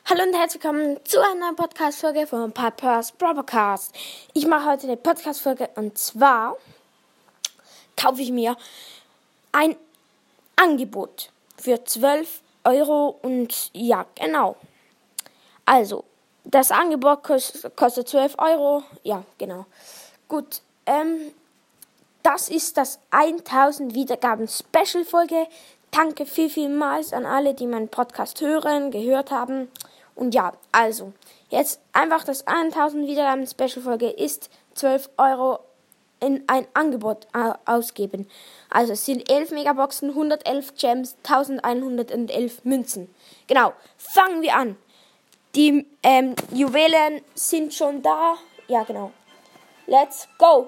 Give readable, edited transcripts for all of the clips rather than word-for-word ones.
Hallo und herzlich willkommen zu einer neuen Podcast-Folge von Piper's Podcast. Ich mache heute eine Podcast-Folge und zwar kaufe ich mir ein Angebot für 12 Euro und ja, genau. Also, das Angebot kostet 12 Euro, ja, genau. Gut, das ist das 1000 Wiedergaben Special-Folge. Danke vielmals an alle, die meinen Podcast gehört haben. Und ja, also, jetzt einfach das 1000 Wiedergaben Special-Folge ist 12 Euro in ein Angebot ausgeben. Also es sind 11 Megaboxen, 111 Gems, 1111 Münzen. Genau, fangen wir an. Die Juwelen sind schon da. Ja, genau. Let's go.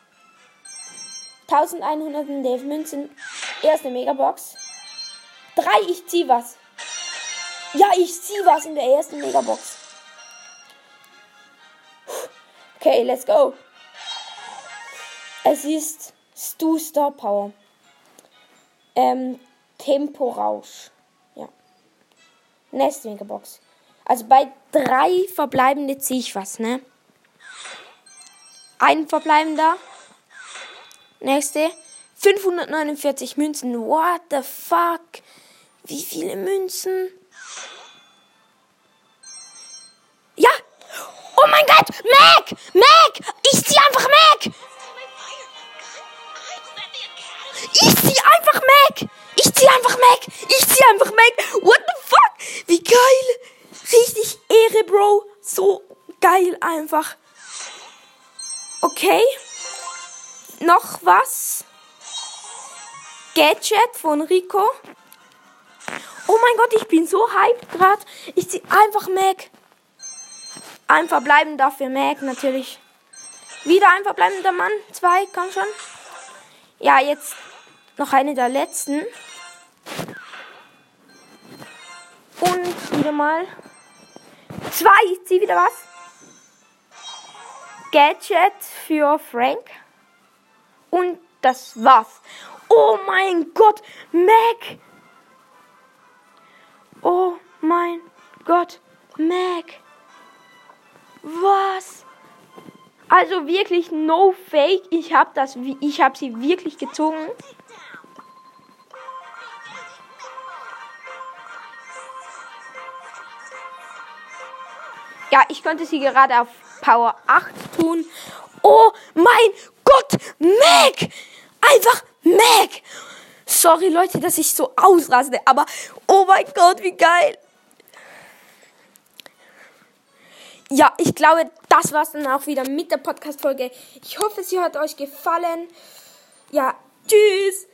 1111 Münzen. Erste Megabox. 3, ich zieh was. Ja, ich ziehe was in der ersten Megabox. Okay, let's go. Es ist Stu Star Power. Temporausch. Ja. Nächste Megabox. Also bei 3 verbleibende ziehe ich was, ne? Ein verbleibender. Nächste. 549 Münzen. What the fuck? Wie viele Münzen? Ja! Oh mein Gott! Mac! Ich zieh einfach Mac! Ich zieh einfach Mac! What the fuck? Wie geil! Richtig Ehre, Bro! So geil einfach. Okay. Noch was? Gadget von Rico. Oh mein Gott, ich bin so hyped gerade. Ich zieh einfach Mac. Ein verbleibender für Mac natürlich. Wieder ein verbleibender Mann. 2, komm schon. Ja, jetzt noch eine der letzten. Und wieder mal 2, ich zieh wieder was. Gadget für Frank. Und das war's. Oh mein Gott, Mac. Oh mein Gott, Mac. Was? Also wirklich no fake. Ich habe sie wirklich gezogen. Ja, ich konnte sie gerade auf Power 8 tun. Oh mein Gott, Mac! Einfach Mac! Sorry Leute, dass ich so ausraste, aber oh mein Gott, wie geil! Ja, ich glaube, das war's dann auch wieder mit der Podcast-Folge. Ich hoffe, sie hat euch gefallen. Ja, tschüss!